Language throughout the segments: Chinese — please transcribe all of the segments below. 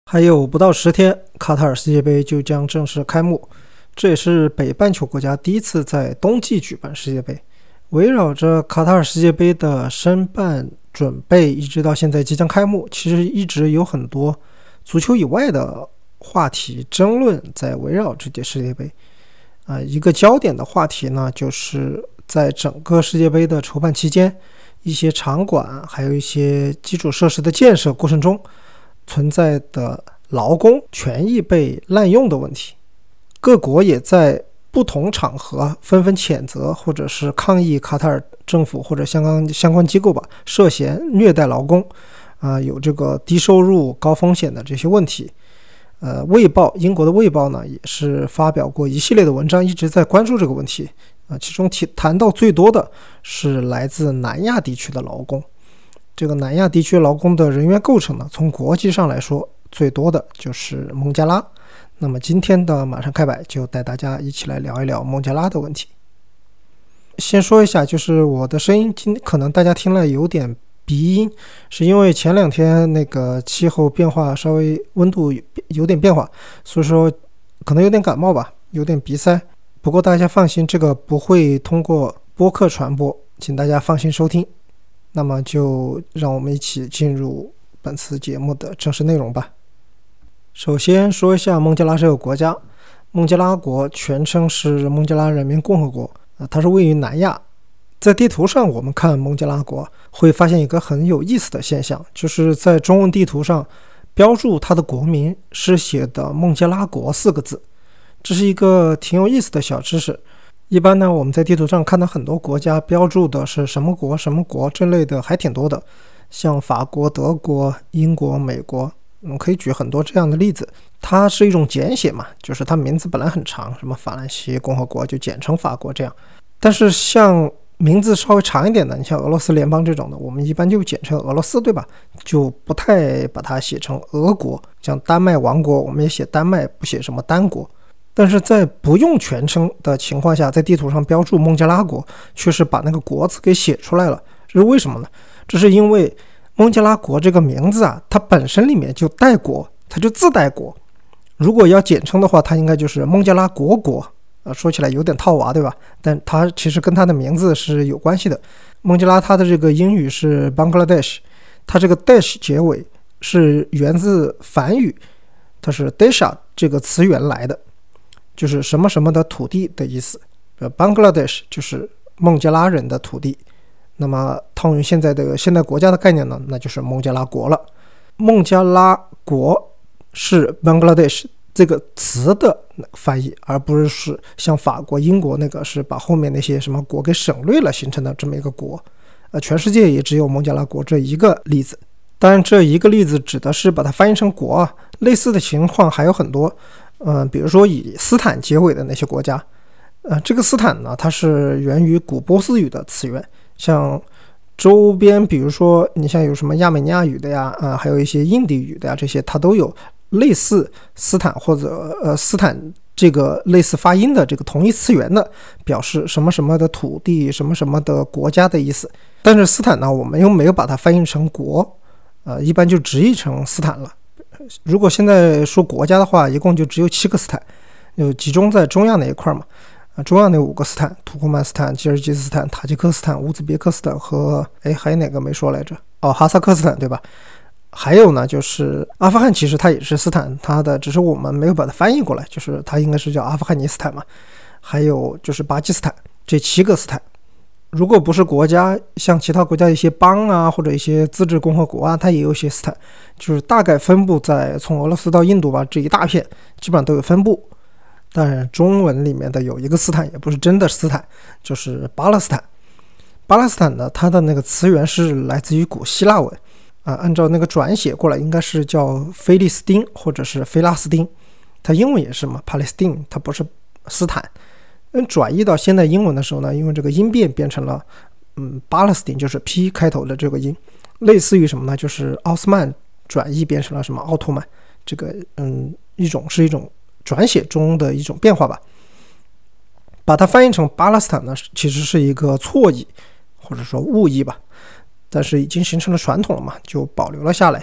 还有不到10天，卡塔尔世界杯就将正式开幕，这也是北半球国家第一次在冬季举办世界杯。围绕着卡塔尔世界杯的申办准备，一直到现在即将开幕，其实一直有很多足球以外的话题争论在围绕这届世界杯。一个焦点的话题呢，就是在整个世界杯的筹办期间，一些场馆还有一些基础设施的建设过程中存在的劳工权益被滥用的问题。各国也在不同场合纷纷谴责或者是抗议卡塔尔政府或者相关机构吧涉嫌虐待劳工，有这个低收入高风险的这些问题。卫报英国的卫报呢也是发表过一系列的文章，一直在关注这个问题。其中谈到最多的是来自南亚地区的劳工。这个南亚地区劳工的人员构成呢，从国际上来说最多的就是孟加拉。那么今天的马上开摆就带大家一起来聊一聊孟加拉的问题。先说一下，就是我的声音可能大家听了有点鼻音，是因为前2天那个气候变化，稍微温度有点变化，所以说可能有点感冒吧，有点鼻塞。不过大家放心，这个不会通过播客传播，请大家放心收听。那么就让我们一起进入本次节目的正式内容吧。首先说一下孟加拉这个国家。孟加拉国全称是孟加拉人民共和国，它是位于南亚。在地图上我们看孟加拉国会发现一个很有意思的现象，就是在中文地图上标注它的国名是写的孟加拉国4个字，这是一个挺有意思的小知识。一般呢，我们在地图上看到很多国家标注的是什么国什么国这类的还挺多的，像法国、德国、英国、美国，可以举很多这样的例子。它是一种简写嘛，就是它名字本来很长，什么法兰西共和国就简称法国这样。但是像名字稍微长一点的，你像俄罗斯联邦这种的，我们一般就简称俄罗斯，对吧？就不太把它写成俄国。像丹麦王国，我们也写丹麦，不写什么丹国。但是在不用全称的情况下，在地图上标注孟加拉国，却是把那个国字给写出来了。这是为什么呢？这是因为孟加拉国这个名字它本身里面就带国，它就自带国。如果要简称的话，它应该就是孟加拉国。说起来有点套娃，对吧？但它其实跟它的名字是有关系的。孟加拉它的这个英语是 Bangladesh， 它这个 dash 结尾是源自梵语，它是 desha 这个词源来的，就是什么什么的土地的意思。Bangladesh 就是孟加拉人的土地。那么套用现在的现代国家的概念呢，那就是孟加拉国了。孟加拉国是 Bangladesh 这个词的翻译，而不是像法国、英国那个是把后面那些什么国给省略了形成的这么一个国。全世界也只有孟加拉国这一个例子。当然这一个例子指的是把它翻译成国类似的情况还有很多。比如说以斯坦结尾的那些国家。这个斯坦呢，它是源于古波斯语的词源。像周边比如说你像有什么亚美尼亚语的呀，还有一些印地语的呀，这些它都有类似斯坦或者斯坦这个类似发音的这个同义词源的，表示什么什么的土地什么什么的国家的意思。但是斯坦呢，我们又没有把它翻译成国，一般就直译成斯坦了。如果现在说国家的话，一共就只有7个斯坦，就集中在中亚那一块嘛。中亚那5个斯坦，土库曼斯坦、吉尔吉斯斯坦、塔吉克斯坦、乌兹别克斯坦和还有哪个没说来着？哈萨克斯坦，对吧？还有呢，就是阿富汗，其实它也是斯坦，它的只是我们没有把它翻译过来，就是它应该是叫阿富汗尼斯坦嘛。还有就是巴基斯坦，这7个斯坦。如果不是国家，像其他国家一些邦或者一些自治共和国它也有一些斯坦，就是大概分布在从俄罗斯到印度吧这一大片，基本上都有分布。当然中文里面的有一个斯坦也不是真的斯坦，就是巴勒斯坦。巴勒斯坦呢，它的那个词源是来自于古希腊文，按照那个转写过来应该是叫菲利斯丁或者是菲拉斯丁，它英文也是嘛 Palestine， 它不是斯坦。转译到现代英文的时候呢，因为这个音变成了巴勒斯丁，就是 P 开头的这个音，类似于什么呢？就是奥斯曼转译变成了什么奥特曼，这个是一种转写中的一种变化吧。把它翻译成巴勒斯坦呢，其实是一个错译或者说误译吧，但是已经形成了传统了嘛，就保留了下来。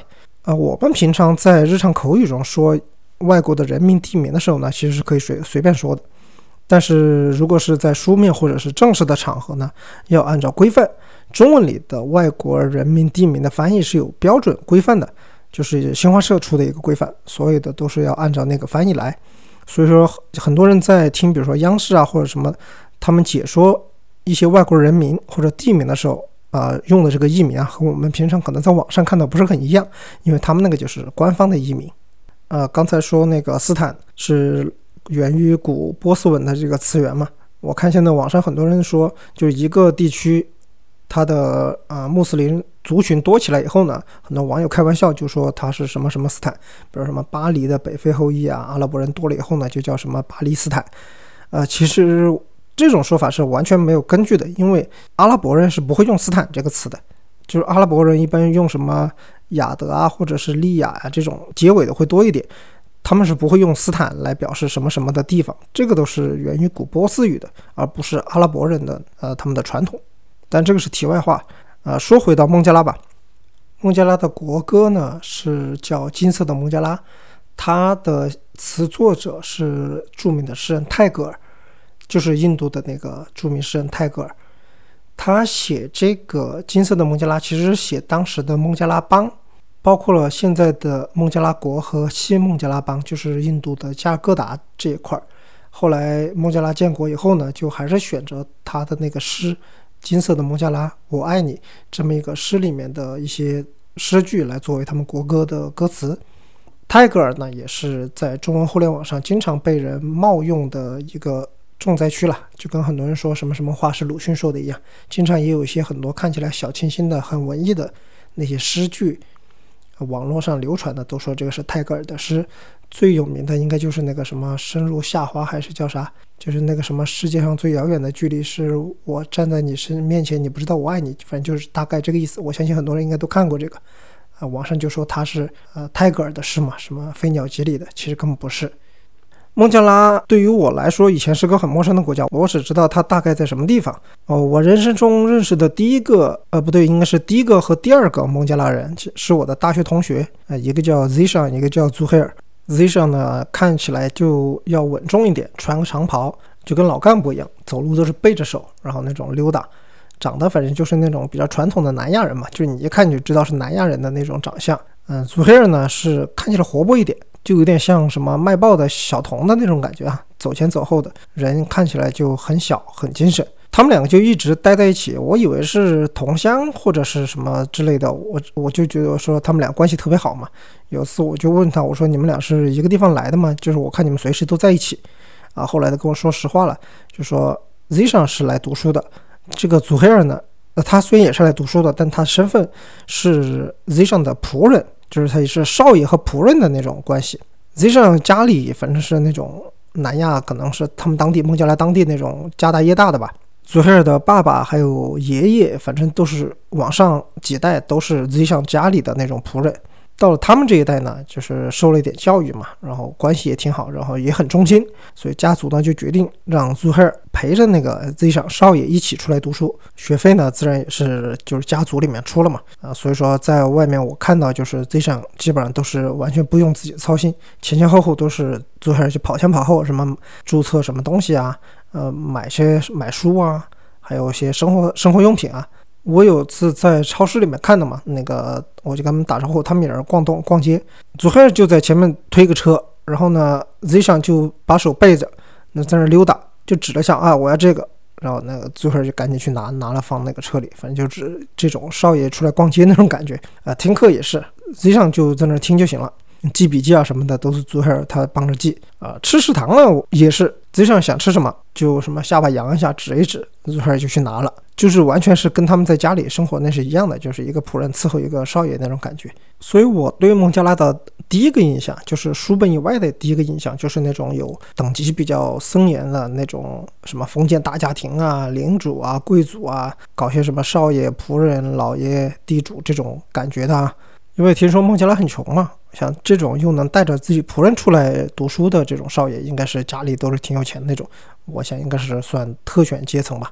我们平常在日常口语中说外国的人名地名的时候呢，其实是可以随便说的。但是如果是在书面或者是正式的场合呢，要按照规范。中文里的外国人名地名的翻译是有标准规范的，就是新华社出的一个规范，所有的都是要按照那个翻译来。所以说很多人在听比如说央视啊或者什么他们解说一些外国人名或者地名的时候用的这个译名啊，和我们平常可能在网上看到不是很一样，因为他们那个就是官方的译名。刚才说那个斯坦是源于古波斯文的这个词源嘛，我看现在网上很多人说，就是一个地区它的穆斯林族群多起来以后呢，很多网友开玩笑就说它是什么什么斯坦，比如什么巴黎的北非后裔啊，阿拉伯人多了以后呢就叫什么巴黎斯坦。其实这种说法是完全没有根据的，因为阿拉伯人是不会用斯坦这个词的，就是阿拉伯人一般用什么亚德啊或者是利亚啊这种结尾的会多一点，他们是不会用斯坦来表示什么什么的地方，这个都是源于古波斯语的，而不是阿拉伯人的他们的传统。但这个是题外话。说回到孟加拉吧，孟加拉的国歌呢是叫金色的孟加拉，它的词作者是著名的诗人泰戈尔，就是印度的那个著名诗人泰戈尔。他写这个金色的孟加拉其实是写当时的孟加拉邦，包括了现在的孟加拉国和西孟加拉邦，就是印度的加尔各答这一块。后来孟加拉建国以后呢，就还是选择他的那个诗金色的孟加拉我爱你这么一个诗里面的一些诗句来作为他们国歌的歌词。泰戈尔呢也是在中文互联网上经常被人冒用的一个重灾区了，就跟很多人说什么什么话是鲁迅说的一样，经常也有一些很多看起来小清新的很文艺的那些诗句，网络上流传的都说这个是泰戈尔的诗。最有名的应该就是那个什么深入夏花还是叫啥，就是那个什么世界上最遥远的距离是我站在你面前你不知道我爱你，反正就是大概这个意思。我相信很多人应该都看过这个网上就说他是泰戈尔的诗嘛，什么飞鸟集里的，其实根本不是。孟加拉对于我来说以前是个很陌生的国家，我只知道它大概在什么地方。我人生中认识的第一个不对，应该是第一个和第二个孟加拉人是我的大学同学，一个叫 Zishan， 一个叫 Zuhair。Zishan 呢看起来就要稳重一点，穿个长袍，就跟老干部一样，走路都是背着手，然后那种溜达，长得反正就是那种比较传统的南亚人嘛，就是你一看就知道是南亚人的那种长相。Zuhair 呢是看起来活泼一点，就有点像什么卖报的小童的那种感觉啊，走前走后的，人看起来就很小很精神。他们两个就一直待在一起，我以为是同乡或者是什么之类的，我就觉得说他们俩关系特别好嘛。有次我就问他，我说你们俩是一个地方来的吗？就是我看你们随时都在一起后来他跟我说实话了，就说 Zishan 是来读书的，这个 Zuhair 呢他虽然也是来读书的，但他身份是 Zishan 的仆人，就是他也是少爷和仆人的那种关系。Zishan 家里反正是那种南亚，可能是他们当地孟加拉当地那种家大业大的吧。Zuhair 的爸爸还有爷爷，反正都是往上几代都是 Zishan 家里的那种仆人。到了他们这一代呢，就是受了一点教育嘛，然后关系也挺好，然后也很忠心，所以家族呢就决定让 Zuhair 陪着那个 Zishan 少爷一起出来读书，学费呢自然也是就是家族里面出了嘛。所以说在外面我看到就是 Zishan 基本上都是完全不用自己操心，前前后后都是 Zuhair 去跑前跑后，什么注册什么东西啊，买书啊，还有一些生活用品啊。我有次在超市里面看的嘛，那个我就跟他们打招呼，他们也是逛街，Zuhair就在前面推个车，然后呢 Zishan 就把手背着，那在那溜达，就指了下我要这个，然后那个 Zuhair 就赶紧去拿了放那个车里，反正就是这种少爷出来逛街那种感觉听课也是 Zishan 就在那听就行了，记笔记啊什么的都是 Zuhair 他帮着记吃食堂呢也是 Zishan 想吃什么就什么下巴扬一下指一指 Zuhair 就去拿了，就是完全是跟他们在家里生活那是一样的，就是一个仆人伺候一个少爷那种感觉。所以我对孟加拉的第一个印象，就是书本以外的第一个印象，就是那种有等级比较森严的那种什么封建大家庭啊、领主啊、贵族啊，搞些什么少爷、仆人、老爷、地主这种感觉的因为听说孟加拉很穷嘛，像这种又能带着自己仆人出来读书的这种少爷，应该是家里都是挺有钱的那种，我想应该是算特权阶层吧。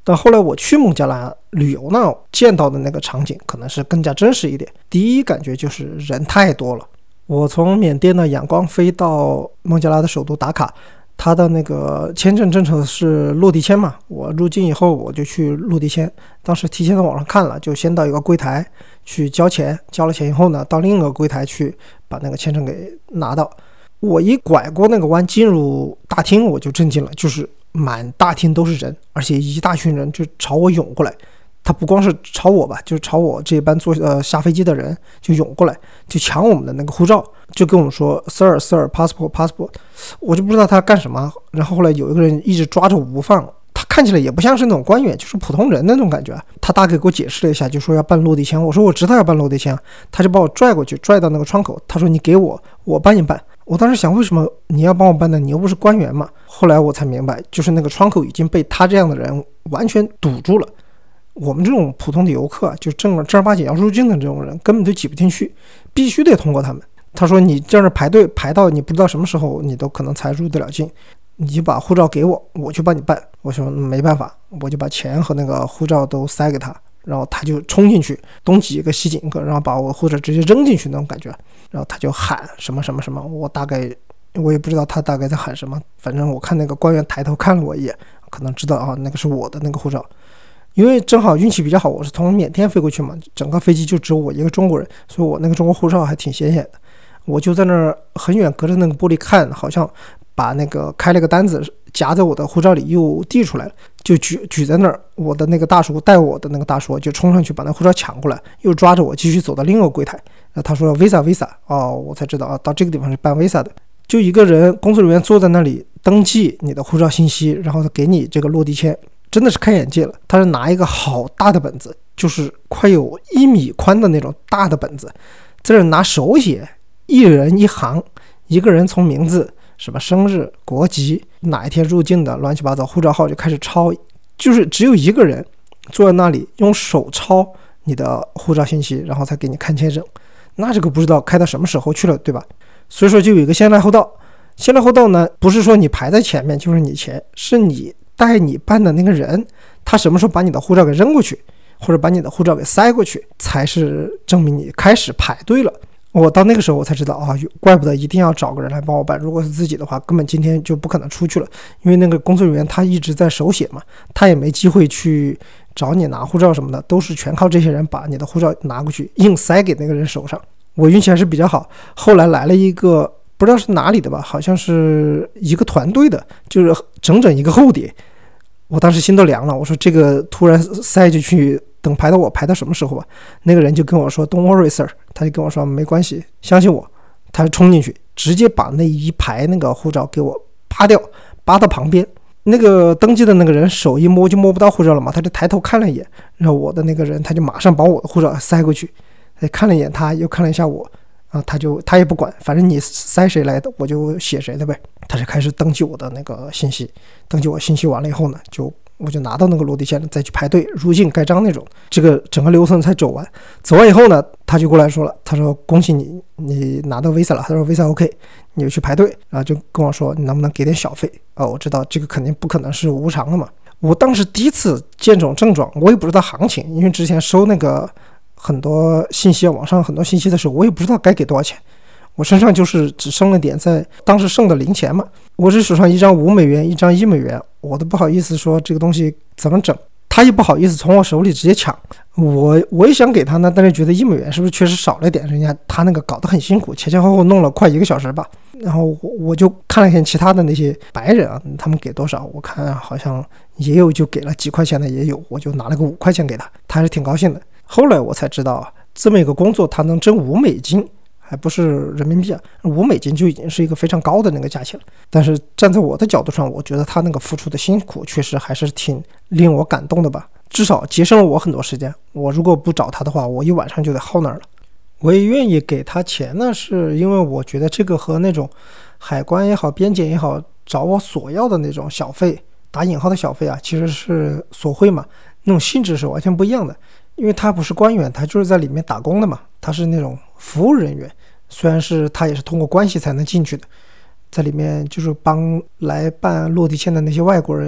但后来我去孟加拉旅游呢，见到的那个场景可能是更加真实一点。第一感觉就是人太多了。我从缅甸的仰光飞到孟加拉的首都达卡，他的那个签证政策是落地签嘛，我入境以后我就去落地签，当时提前在网上看了，就先到一个柜台去交钱，交了钱以后呢，到另一个柜台去把那个签证给拿到。我一拐过那个弯进入大厅，我就震惊了，就是满大厅都是人，而且一大群人就朝我涌过来。他不光是朝我吧，就是朝我这班下飞机的人就涌过来，就抢我们的那个护照，就跟我们说 Sir passport， 我就不知道他干什么。然后后来有一个人一直抓着我不放，他看起来也不像是那种官员，就是普通人那种感觉。他大概给我解释了一下，就说要办落地签，我说我知道要办落地签，他就把我拽过去，拽到那个窗口，他说你给我办一办。我当时想，为什么你要帮我办呢？你又不是官员嘛。后来我才明白，就是那个窗口已经被他这样的人完全堵住了。我们这种普通的游客，就正儿八经要入境的这种人，根本就挤不进去，必须得通过他们。他说你在这排队排到你不知道什么时候，你都可能才入得了境。你就把护照给我，我去帮你办。我说没办法，我就把钱和那个护照都塞给他，然后他就冲进去，东挤一个西紧一个，然后把我护照直接扔进去那种感觉。然后他就喊什么什么什么，我也不知道他大概在喊什么，反正我看那个官员抬头看了我一眼，可能知道啊，那个是我的那个护照。因为正好运气比较好，我是从缅甸飞过去嘛，整个飞机就只有我一个中国人，所以我那个中国护照还挺显眼的。我就在那儿很远隔着那个玻璃看，好像把那个开了个单子夹在我的护照里又递出来了，就举在那儿。我的那个大叔带我的那个大叔就冲上去把那护照抢过来，又抓着我继续走到另一个柜台。他说 visa 哦，我才知道啊，到这个地方是办 visa 的。就一个人工作人员坐在那里登记你的护照信息，然后给你这个落地签。真的是开眼界了，他是拿一个好大的本子，就是快有1米宽的那种大的本子，在这拿手写，一人一行，一个人从名字、什么生日、国籍、哪一天入境的，乱七八糟，护照号就开始抄，就是只有一个人坐在那里用手抄你的护照信息，然后才给你看签证。那这个不知道开到什么时候去了，对吧？所以说就有一个先来后到。先来后到呢，不是说你排在前面就是你前，是你带你办的那个人，他什么时候把你的护照给扔过去，或者把你的护照给塞过去，才是证明你开始排队了。我到那个时候我才知道啊，怪不得一定要找个人来帮我办，如果是自己的话，根本今天就不可能出去了，因为那个工作人员他一直在手写嘛，他也没机会去找你拿护照什么的，都是全靠这些人把你的护照拿过去，硬塞给那个人手上。我运气还是比较好，后来来了一个不知道是哪里的吧，好像是一个团队的，就是整一个厚碟。我当时心都凉了，我说这个突然塞进去，等排到我排到什么时候吧？那个人就跟我说 Don't worry sir， 他就跟我说没关系，相信我。他就冲进去，直接把那一排那个护照给我扒掉，扒到旁边。那个登记的那个人手一摸就摸不到护照了嘛，他就抬头看了一眼，然后我的那个人他就马上把我的护照塞过去，他看了一眼他，又看了一下我。他也不管，反正你塞谁来的我就写谁的呗。他就开始登记我的那个信息，登记我信息完了以后呢，我就拿到那个落地签了，再去排队入境盖章那种，这个整个流程才走完。走完以后呢，他就过来说了，他说恭喜你拿到 visa 了，他说 visa OK， 你就去排队，然后就跟我说你能不能给点小费。我知道这个肯定不可能是无偿的嘛。我当时第一次见这种症状，我也不知道行情，因为之前收那个很多信息，网上很多信息的时候，我也不知道该给多少钱。我身上就是只剩了点在当时剩的零钱嘛，我是手上一张5美元，一张1美元，我都不好意思说这个东西怎么整，他也不好意思从我手里直接抢。我也想给他呢，但是觉得1美元是不是确实少了点，人家他那个搞得很辛苦，前后弄了快1个小时吧。然后我就看了一下其他的那些白人啊，他们给多少，我看好像也有就给了几块钱的也有，我就拿了个5块钱给他，他还是挺高兴的。后来我才知道这么一个工作他能挣5美金，还不是人民币，5美金就已经是一个非常高的那个价钱了。但是站在我的角度上，我觉得他那个付出的辛苦确实还是挺令我感动的吧，至少节省了我很多时间。我如果不找他的话，我一晚上就得耗那儿了。我也愿意给他钱呢，是因为我觉得这个和那种海关也好，边检也好，找我索要的那种小费，打引号的小费其实是索贿嘛，那种性质是完全不一样的。因为他不是官员，他就是在里面打工的嘛，他是那种服务人员，虽然是他也是通过关系才能进去的，在里面就是帮来办落地签的那些外国人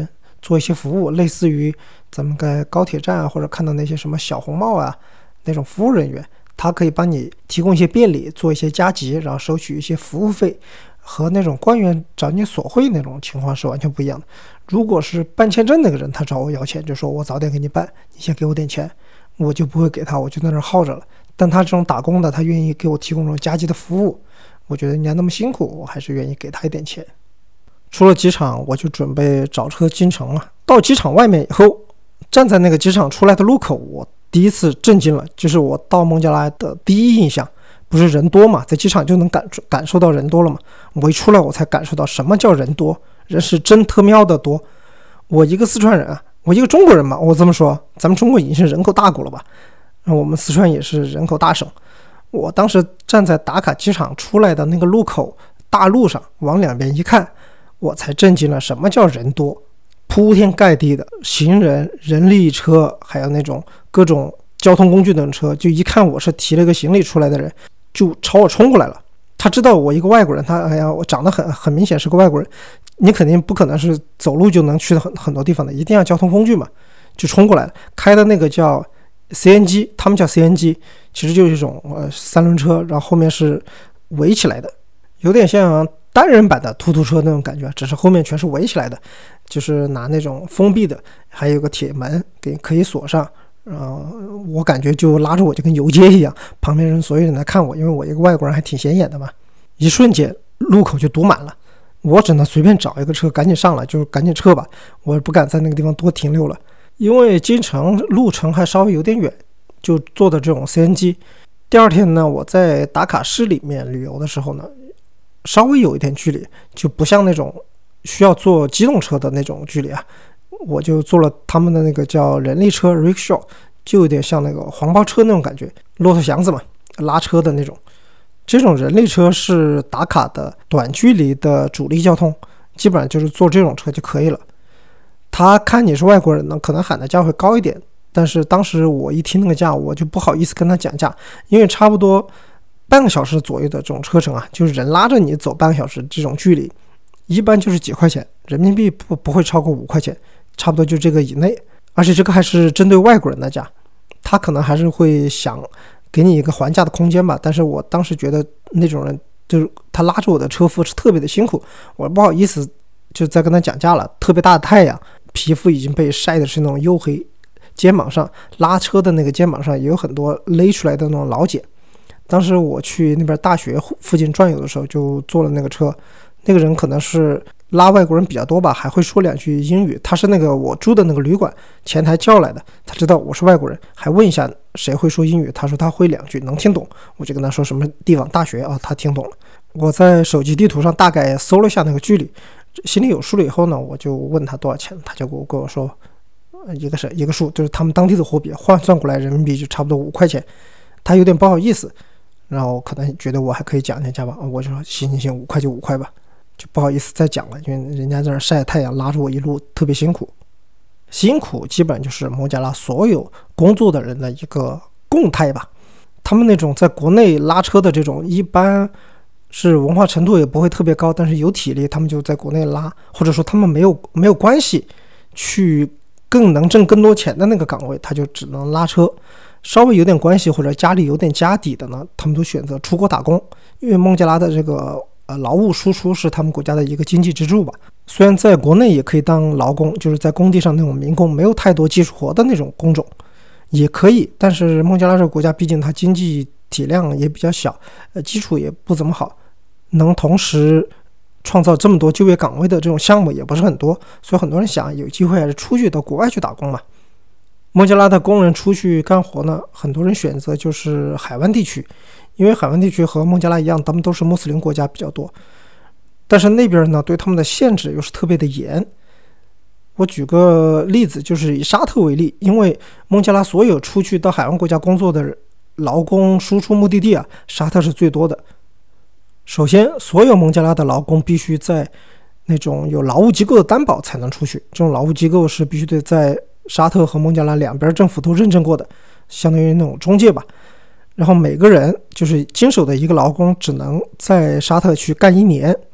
做一些服务，类似于咱们在高铁站啊，或者看到那些什么小红帽啊那种服务人员，他可以帮你提供一些便利，做一些加急，然后收取一些服务费，和那种官员找你索贿那种情况是完全不一样的。如果是办签证那个人，他找我要钱，就说我早点给你办，你先给我点钱，我就不会给他，我就在那儿耗着了。但他这种打工的，他愿意给我提供这种加急的服务，我觉得人家那么辛苦，我还是愿意给他一点钱。出了机场，我就准备找车进城了。到机场外面以后，站在那个机场出来的路口，我第一次震惊了，就是我到孟加拉的第一印象，不是人多嘛，在机场就能感受到人多了嘛。我一出来，我才感受到什么叫人多，人是真特喵的多。我一个四川人啊，我一个中国人嘛，我这么说，咱们中国已经是人口大国了吧？我们四川也是人口大省。我当时站在达卡机场出来的那个路口大路上，往两边一看，我才震惊了，什么叫人多？铺天盖地的行人、人力车，还有那种各种交通工具的车，就一看我是提了个行李出来的人，就朝我冲过来了。他知道我一个外国人，我长得很明显是个外国人，你肯定不可能是走路就能去很多地方的，一定要交通工具嘛，就冲过来了。开的那个叫 CNG， 他们叫 CNG， 其实就是一种三轮车，然后后面是围起来的，有点像单人版的突突车那种感觉，只是后面全是围起来的，就是拿那种封闭的，还有个铁门可以锁上。我感觉就拉着我就跟游街一样，旁边人所有人来看我，因为我一个外国人还挺显眼的嘛。一瞬间路口就堵满了，我只能随便找一个车赶紧上来，就赶紧撤吧，我不敢在那个地方多停留了。因为京城路程还稍微有点远，就坐的这种 CNG。 第二天呢，我在达卡市里面旅游的时候呢，稍微有一点距离，就不像那种需要坐机动车的那种距离啊，我就坐了他们的那个叫人力车 rickshaw， 就有点像那个黄包车那种感觉，骆驼祥子嘛，拉车的那种。这种人力车是达卡的短距离的主力交通，基本上就是坐这种车就可以了。他看你是外国人呢，可能喊的价会高一点，但是当时我一听那个价，我就不好意思跟他讲价，因为差不多半个小时左右的这种车程啊，就是人拉着你走半个小时这种距离，一般就是几块钱人民币，不会超过5块钱，差不多就这个以内。而且这个还是针对外国人的价，他可能还是会想给你一个还价的空间吧。但是我当时觉得那种人就是他拉着我的车夫是特别的辛苦，我不好意思就再跟他讲价了。特别大的太阳，皮肤已经被晒的是那种黝黑，肩膀上拉车的那个肩膀上也有很多勒出来的那种老茧。当时我去那边大学附近转悠的时候，就坐了那个车，那个人可能是拉外国人比较多吧，还会说2句英语。他是那个我住的那个旅馆前台叫来的，他知道我是外国人，还问一下谁会说英语，他说他会2句能听懂。我就跟他说什么地方大学啊，他听懂了。我在手机地图上大概搜了一下那个距离，心里有数了以后呢，我就问他多少钱，他就跟我说一个数，就是他们当地的货币换算过来人民币就差不多5块钱。他有点不好意思，然后可能觉得我还可以讲一下吧，我就说行5块就5块吧，就不好意思再讲了，因为人家在那晒太阳拉着我一路特别辛苦。辛苦基本就是孟加拉所有工作的人的一个共态吧。他们那种在国内拉车的这种一般是文化程度也不会特别高，但是有体力他们就在国内拉，或者说他们没有关系去更能挣更多钱的那个岗位，他就只能拉车。稍微有点关系或者家里有点家底的呢，他们都选择出国打工，因为孟加拉的这个劳务输出是他们国家的一个经济支柱吧。虽然在国内也可以当劳工，就是在工地上那种民工，没有太多技术活的那种工种也可以，但是孟加拉这个国家毕竟它经济体量也比较小，基础也不怎么好，能同时创造这么多就业岗位的这种项目也不是很多，所以很多人想有机会还是出去到国外去打工嘛。孟加拉的工人出去干活呢，很多人选择就是海湾地区，因为海湾地区和孟加拉一样，他们都是穆斯林国家比较多，但是那边呢对他们的限制又是特别的严。我举个例子，就是以沙特为例，因为孟加拉所有出去到海湾国家工作的劳工输出目的地啊，沙特是最多的。首先，所有孟加拉的劳工必须在那种有劳务机构的担保才能出去，这种劳务机构是必须得在沙特和孟加拉两边政府都认证过的，相当于那种中介吧。然后每个人就是经手的一个劳工只能在沙特去干1年，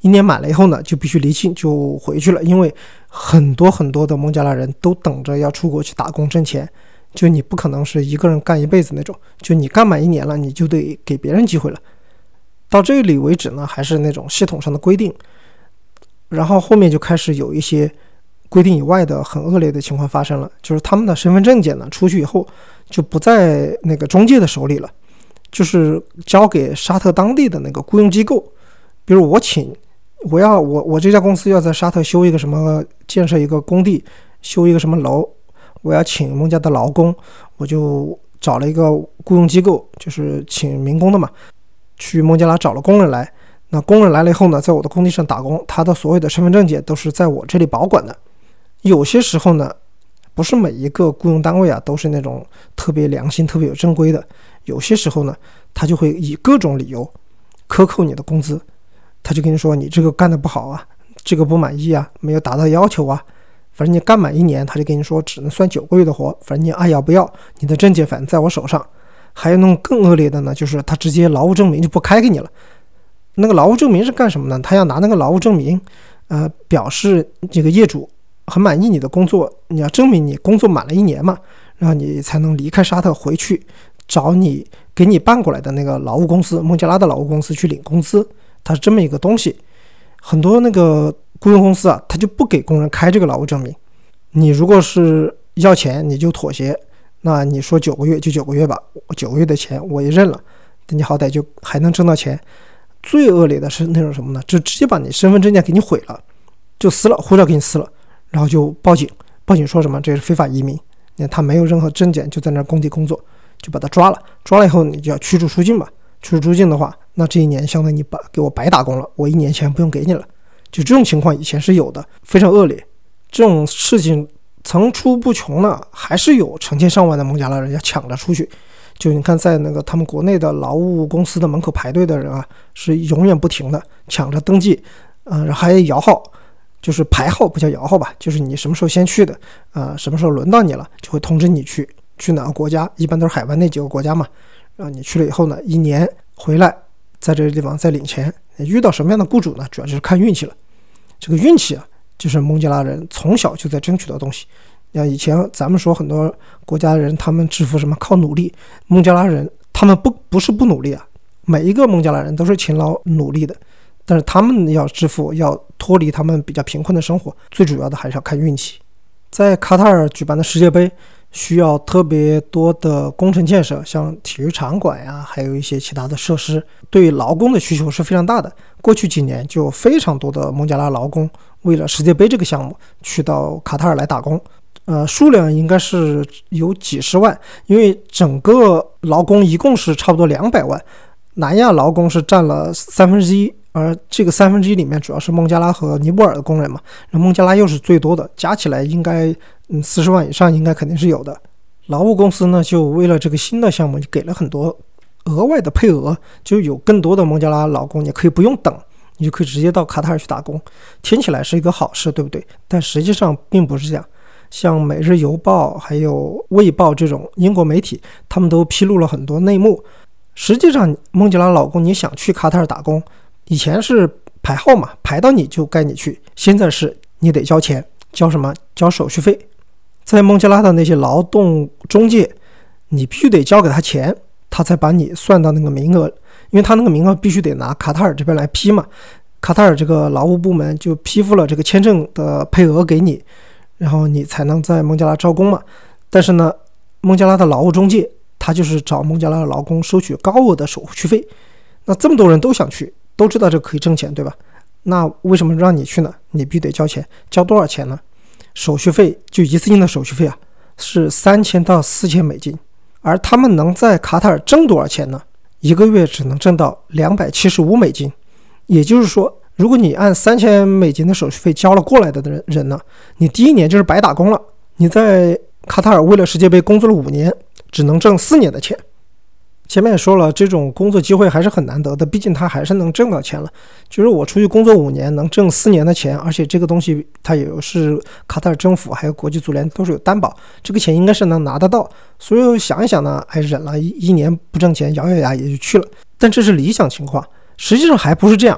1年满了以后呢，就必须离境就回去了，因为很多很多的孟加拉人都等着要出国去打工挣钱，就你不可能是一个人干一辈子那种，就你干满1年了，你就得给别人机会了。到这里为止呢，还是那种系统上的规定，然后后面就开始有一些规定以外的很恶劣的情况发生了，就是他们的身份证件呢，出去以后就不在那个中介的手里了，就是交给沙特当地的那个雇佣机构。比如我这家公司要在沙特修一个什么，建设一个工地，修一个什么楼，我要请孟加的劳工，我就找了一个雇佣机构，就是请民工的嘛，去孟加拉找了工人来。那工人来了以后呢，在我的工地上打工，他的所有的身份证件都是在我这里保管的。有些时候呢，不是每一个雇佣单位啊都是那种特别良心特别有正规的，有些时候呢，他就会以各种理由克扣你的工资，他就跟你说你这个干得不好啊，这个不满意啊，没有达到要求啊，反正你干满1年，他就跟你说只能算9个月的活，反正你爱要不要，你的证件反正在我手上。还有那种更恶劣的呢，就是他直接劳务证明就不开给你了。那个劳务证明是干什么呢？他要拿那个劳务证明表示这个业主很满意你的工作，你要证明你工作满了1年嘛，然后你才能离开沙特回去找你给你办过来的那个劳务公司，孟加拉的劳务公司去领工资，它是这么一个东西。很多那个雇佣公司啊，他就不给工人开这个劳务证明，你如果是要钱你就妥协，那你说9个月就9个月吧，9个月的钱我也认了，你好歹就还能挣到钱。最恶劣的是那种什么呢？就直接把你身份证件给你毁了，就撕了，护照给你撕了，然后就报警说什么这是非法移民，他没有任何证件就在那工地工作，就把他抓了以后你就要驱逐出境吧。驱逐出境的话，那这1年相当于你给我白打工了，我1年钱不用给你了。就这种情况以前是有的，非常恶劣。这种事情层出不穷呢，还是有成千上万的孟加拉人要抢着出去。就你看在那个他们国内的劳务公司的门口排队的人啊，是永远不停的抢着登记，然后还摇号，就是排号，不叫摇号吧，就是你什么时候先去的，什么时候轮到你了，就会通知你去哪个国家，一般都是海湾那几个国家嘛。然后你去了以后呢，1年回来，在这个地方再领钱。遇到什么样的雇主呢？主要就是看运气了。这个运气啊，就是孟加拉人从小就在争取的东西。像以前咱们说很多国家人他们致富什么靠努力，孟加拉人他们不是不努力啊，每一个孟加拉人都是勤劳努力的，但是他们要致富，要脱离他们比较贫困的生活，最主要的还是要看运气。在卡塔尔举办的世界杯需要特别多的工程建设，像体育场馆呀，还有一些其他的设施，对劳工的需求是非常大的。过去几年就有非常多的孟加拉劳工为了世界杯这个项目去到卡塔尔来打工，数量应该是有几十万，因为整个劳工一共是差不多200万，南亚劳工是占了1/3，而这个1/3里面主要是孟加拉和尼泊尔的工人嘛，那孟加拉又是最多的，加起来应该40万以上应该肯定是有的。劳务公司呢就为了这个新的项目就给了很多额外的配额，就有更多的孟加拉劳工你可以不用等，你就可以直接到卡塔尔去打工，听起来是一个好事，对不对？但实际上并不是这样。像每日邮报还有卫报这种英国媒体，他们都披露了很多内幕。实际上孟加拉劳工你想去卡塔尔打工，以前是排号嘛，排到你就该你去，现在是你得交钱，交什么？交手续费。在孟加拉的那些劳动中介，你必须得交给他钱，他才把你算到那个名额，因为他那个名额必须得拿卡塔尔这边来批嘛，卡塔尔这个劳务部门就批复了这个签证的配额给你，然后你才能在孟加拉招工嘛。但是呢，孟加拉的劳务中介他就是找孟加拉的劳工收取高额的手续费，那这么多人都想去，都知道这可以挣钱，对吧？那为什么让你去呢？你必须得交钱，交多少钱呢？手续费就一次性的手续费啊，是3000到4000美金，而他们能在卡塔尔挣多少钱呢？一个月只能挣到275美金，也就是说，如果你按3000美金的手续费交了过来的人呢，你第1年就是白打工了。你在卡塔尔为了世界杯工作了5年，只能挣4年的钱。前面也说了，这种工作机会还是很难得的，毕竟他还是能挣到钱了。就是我出去工作5年能挣4年的钱，而且这个东西它也是卡塔尔政府还有国际足联都是有担保，这个钱应该是能拿得到。所以想一想呢，忍了一年不挣钱，咬咬牙也就去了。但这是理想情况，实际上还不是这样。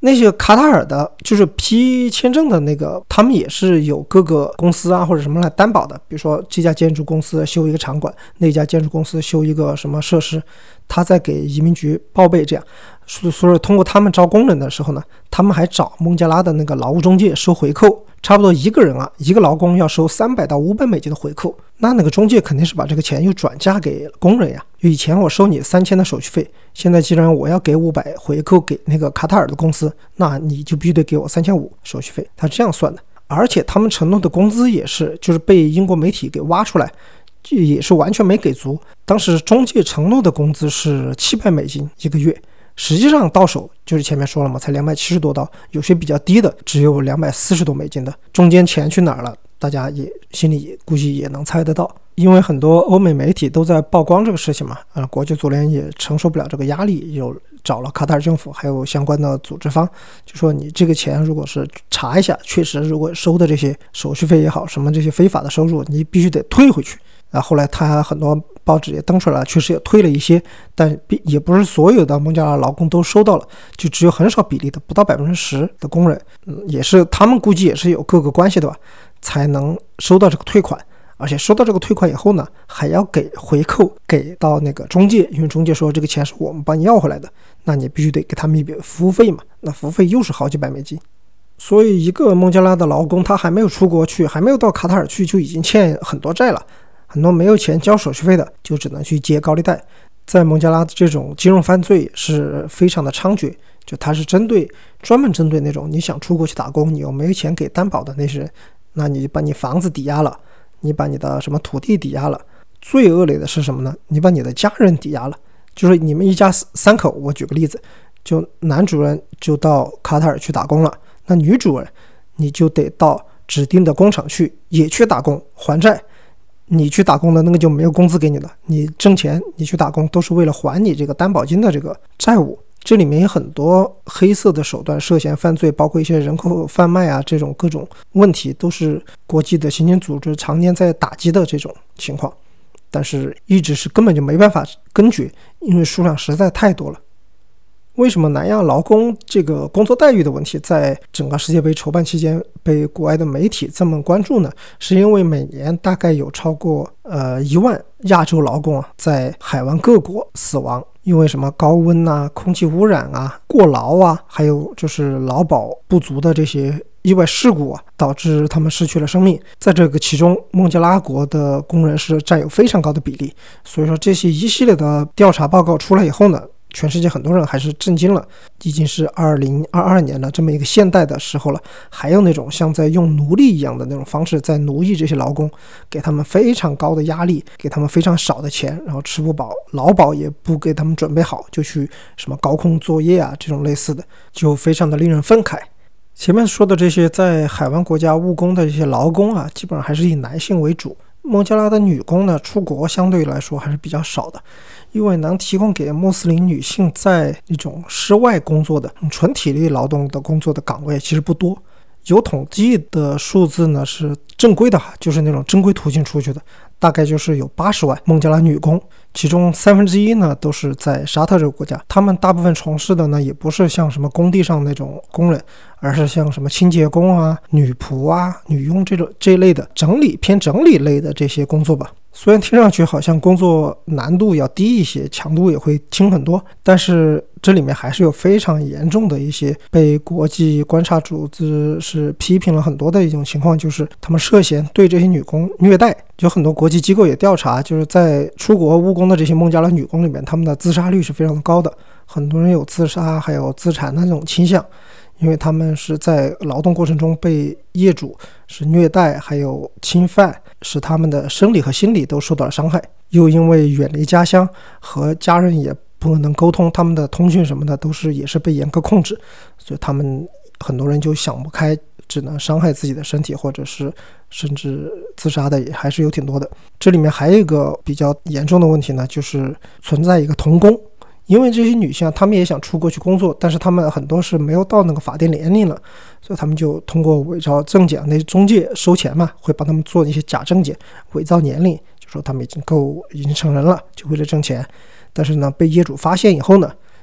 那些卡塔尔的，就是批签证的那个，他们也是有各个公司啊或者什么来担保的。比如说这家建筑公司修一个场馆，那家建筑公司修一个什么设施，他在给移民局报备这样。所以通过他们招工人的时候呢，他们还找孟加拉的那个劳务中介收回扣，差不多一个人啊，一个劳工要收300到500美金的回扣。那个中介肯定是把这个钱又转嫁给工人呀。以前我收你3000的手续费，现在既然我要给500回扣给那个卡塔尔的公司，那你就必须得给我3500手续费，他这样算的。而且他们承诺的工资也是，就是被英国媒体给挖出来，也是完全没给足。当时中介承诺的工资是700美金一个月，实际上到手就是前面说了嘛，才270多刀，有些比较低的只有240多美金的，中间钱去哪儿了，大家也心里估计也能猜得到。因为很多欧美媒体都在曝光这个事情嘛，国际足联也承受不了这个压力，有找了卡塔尔政府还有相关的组织方，就说你这个钱如果是查一下，确实如果收的这些手续费也好，什么这些非法的收入，你必须得退回去。后来他很多报纸也登出来了，确实也退了一些，但也不是所有的孟加拉劳工都收到了，就只有很少比例的，不到10%的工人，也是他们估计也是有各个关系的吧，才能收到这个退款。而且收到这个退款以后呢，还要给回扣给到那个中介，因为中介说这个钱是我们帮你要回来的，那你必须得给他们一笔服务费嘛，那服务费又是好几百美金。所以一个孟加拉的劳工，他还没有出国去，还没有到卡塔尔去，就已经欠很多债了。很多没有钱交手续费的，就只能去借高利贷。在孟加拉这种金融犯罪是非常的猖獗，就它是专门针对那种你想出国去打工，你又没有钱给担保的那些人，那你把你房子抵押了，你把你的什么土地抵押了，最恶劣的是什么呢？你把你的家人抵押了，就是你们一家3口，我举个例子，就男主人就到卡塔尔去打工了，那女主人你就得到指定的工厂去也去打工还债。你去打工的那个就没有工资给你的，你挣钱你去打工都是为了还你这个担保金的这个债务。这里面有很多黑色的手段涉嫌犯罪，包括一些人口贩卖啊，这种各种问题都是国际的刑警组织常年在打击的这种情况，但是一直是根本就没办法根绝，因为数量实在太多了。为什么南亚劳工这个工作待遇的问题在整个世界杯筹办期间被国外的媒体这么关注呢？是因为每年大概有超过1万亚洲劳工在海湾各国死亡，因为什么高温啊、空气污染啊、过劳啊，还有就是劳保不足的这些意外事故导致他们失去了生命。在这个其中，孟加拉国的工人是占有非常高的比例。所以说这些一系列的调查报告出来以后呢，全世界很多人还是震惊了，已经是2022年了，这么一个现代的时候了，还有那种像在用奴隶一样的那种方式在奴役这些劳工，给他们非常高的压力，给他们非常少的钱，然后吃不饱，劳保也不给他们准备好，就去什么高空作业啊，这种类似的，就非常的令人愤慨。前面说的这些在海湾国家务工的这些劳工基本上还是以男性为主。孟加拉的女工呢，出国相对来说还是比较少的，因为能提供给穆斯林女性在那种室外工作的纯体力劳动的工作的岗位其实不多。有统计的数字呢是正规的，就是那种正规途径出去的，大概就是有80万孟加拉女工，其中1/3呢都是在沙特这个国家。他们大部分从事的呢也不是像什么工地上那种工人，而是像什么清洁工啊、女仆啊、女佣这一类的偏整理类的这些工作吧。虽然听上去好像工作难度要低一些，强度也会轻很多，但是这里面还是有非常严重的一些被国际观察组织是批评了很多的一种情况，就是他们涉嫌对这些女工虐待。有很多国际机构也调查，就是在出国务工的这些孟加拉女工里面，他们的自杀率是非常高的，很多人有自杀还有自残的那种倾向，因为他们是在劳动过程中被业主是虐待还有侵犯，使他们的生理和心理都受到了伤害，又因为远离家乡和家人也不能沟通，他们的通讯什么的也是被严格控制，所以他们很多人就想不开，只能伤害自己的身体，或者是甚至自杀的也还是有挺多的。这里面还有一个比较严重的问题呢，就是存在一个童工。因为这些女性她们也想出国去工作，但是她们很多是没有到那个法定年龄了，所以她们就通过伪造证件，那中介收钱嘛，会帮她们做一些假证件，伪造年龄，就说她们已经成人了，就为了挣钱。但是呢，被业主发现以后呢，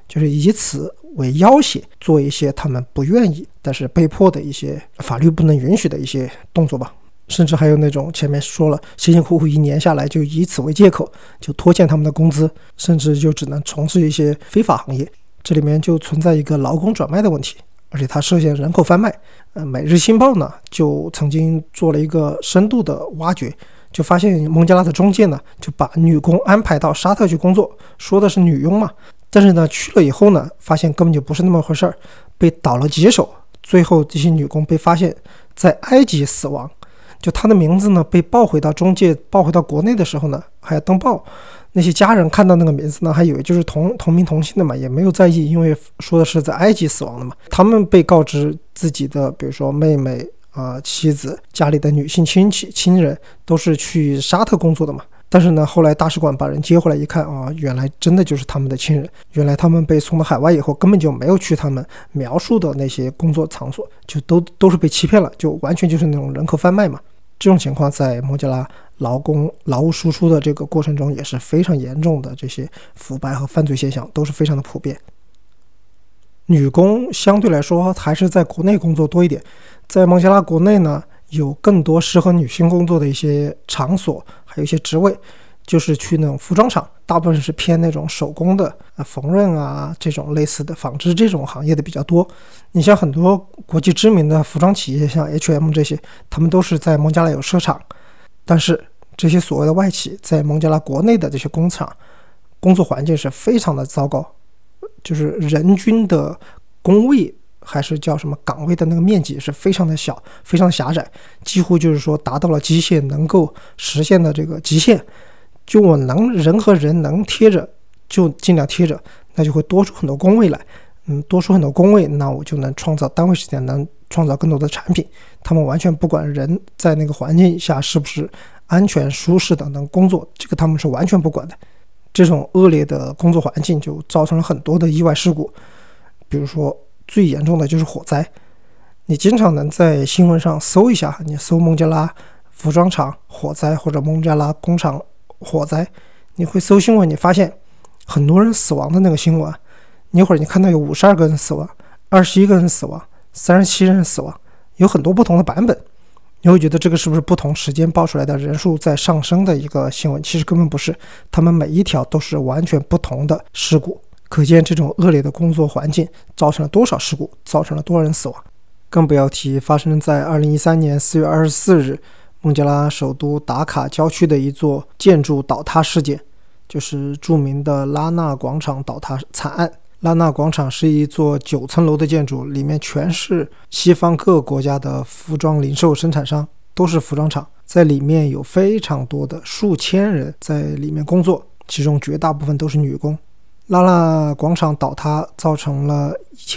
就是以此为要挟做一些他们不愿意但是被迫的一些法律不能允许的一些动作吧。甚至还有那种前面说了辛辛苦苦1年下来就以此为借口就拖欠他们的工资，甚至就只能从事一些非法行业，这里面就存在一个劳工转卖的问题，而且它涉嫌人口贩卖。每日新报呢就曾经做了一个深度的挖掘，就发现孟加拉的中介呢就把女工安排到沙特去工作，说的是女佣嘛，但是呢去了以后呢发现根本就不是那么回事儿，被倒了几手，最后这些女工被发现在埃及死亡。就他的名字呢被报回到中介报回到国内的时候呢还要登报，那些家人看到那个名字呢还以为就是同名同姓的嘛，也没有在意，因为说的是在埃及死亡的嘛。他们被告知自己的比如说妹妹妻子家里的女性亲人都是去沙特工作的嘛，但是呢后来大使馆把人接回来一看原来真的就是他们的亲人，原来他们被送到海外以后根本就没有去他们描述的那些工作场所，就都是被欺骗了，就完全就是那种人口贩卖嘛。这种情况在孟加拉劳务输出的这个过程中也是非常严重的，这些腐败和犯罪现象都是非常的普遍。女工相对来说还是在国内工作多一点，在孟加拉国内呢有更多适合女性工作的一些场所，还有一些职位，就是去那种服装厂，大部分是偏那种手工的缝纫这种类似的纺织这种行业的比较多。你像很多国际知名的服装企业，像 H&M 这些，他们都是在孟加拉有设厂，但是这些所谓的外企在孟加拉国内的这些工厂工作环境是非常的糟糕，就是人均的工位还是叫什么岗位的那个面积是非常的小，非常狭窄，几乎就是说达到了机械能够实现的这个极限，就我人和人能贴着就尽量贴着，那就会多出很多工位来。多出很多工位，那我就能创造单位时间，能创造更多的产品。他们完全不管人在那个环境下是不是安全舒适等等工作，这个他们是完全不管的。这种恶劣的工作环境就造成了很多的意外事故，比如说最严重的就是火灾。你经常能在新闻上搜一下，你搜孟加拉服装厂火灾或者孟加拉工厂火灾，你会搜新闻，你发现很多人死亡的那个新闻，一会儿你看到有52个人死亡，21个人死亡，37人死亡，有很多不同的版本。你会觉得这个是不是不同时间报出来的人数在上升的一个新闻？其实根本不是，他们每一条都是完全不同的事故。可见这种恶劣的工作环境造成了多少事故，造成了多少人死亡。更不要提发生在2013年4月24日孟加拉首都达卡郊区的一座建筑倒塌事件，就是著名的拉纳广场倒塌惨案。拉纳广场是一座9层楼的建筑，里面全是西方各个国家的服装零售生产商，都是服装厂，在里面有非常多的数千人在里面工作，其中绝大部分都是女工。拉纳广场倒塌造成了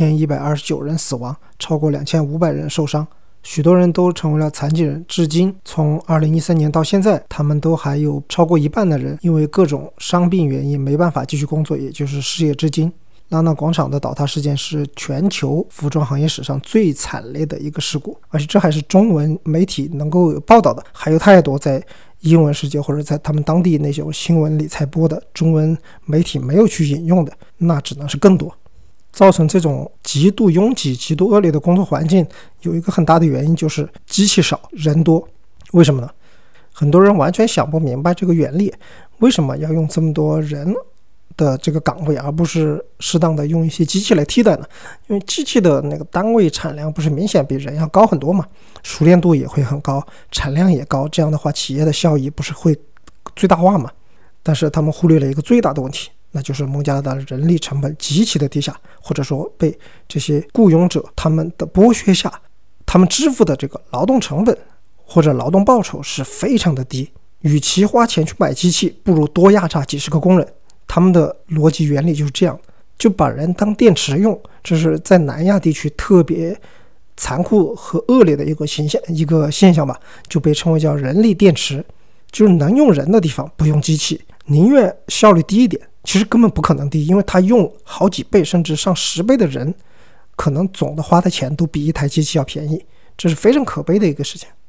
1129人死亡，超过2500人受伤，许多人都成为了残疾人。至今从2013年到现在，他们都还有超过一半的人因为各种伤病原因没办法继续工作，也就是失业至今。拉纳广场的倒塌事件是全球服装行业史上最惨烈的一个事故，而且这还是中文媒体能够有报道的，还有太多在英文世界或者在他们当地那种新闻里才播的中文媒体没有去引用的，那只能是更多。造成这种极度拥挤极度恶劣的工作环境有一个很大的原因，就是机器少人多。为什么呢？很多人完全想不明白这个原理，为什么要用这么多人的这个岗位，而不是适当的用一些机器来替代呢？因为机器的那个单位产量不是明显比人要高很多嘛，熟练度也会很高，产量也高，这样的话企业的效益不是会最大化嘛？但是他们忽略了一个最大的问题，那就是孟加拉的人力成本极其的低下，或者说被这些雇佣者他们的剥削下，他们支付的这个劳动成本或者劳动报酬是非常的低，与其花钱去买机器，不如多压榨几十个工人。他们的逻辑原理就是这样，就把人当电池用，这是在南亚地区特别残酷和恶劣的一个现象吧，就被称为叫人力电池，就是能用人的地方不用机器，宁愿效率低一点，其实根本不可能低，因为他用好几倍甚至上10倍的人，可能总的花的钱都比一台机器要便宜，这是非常可悲的一个事情。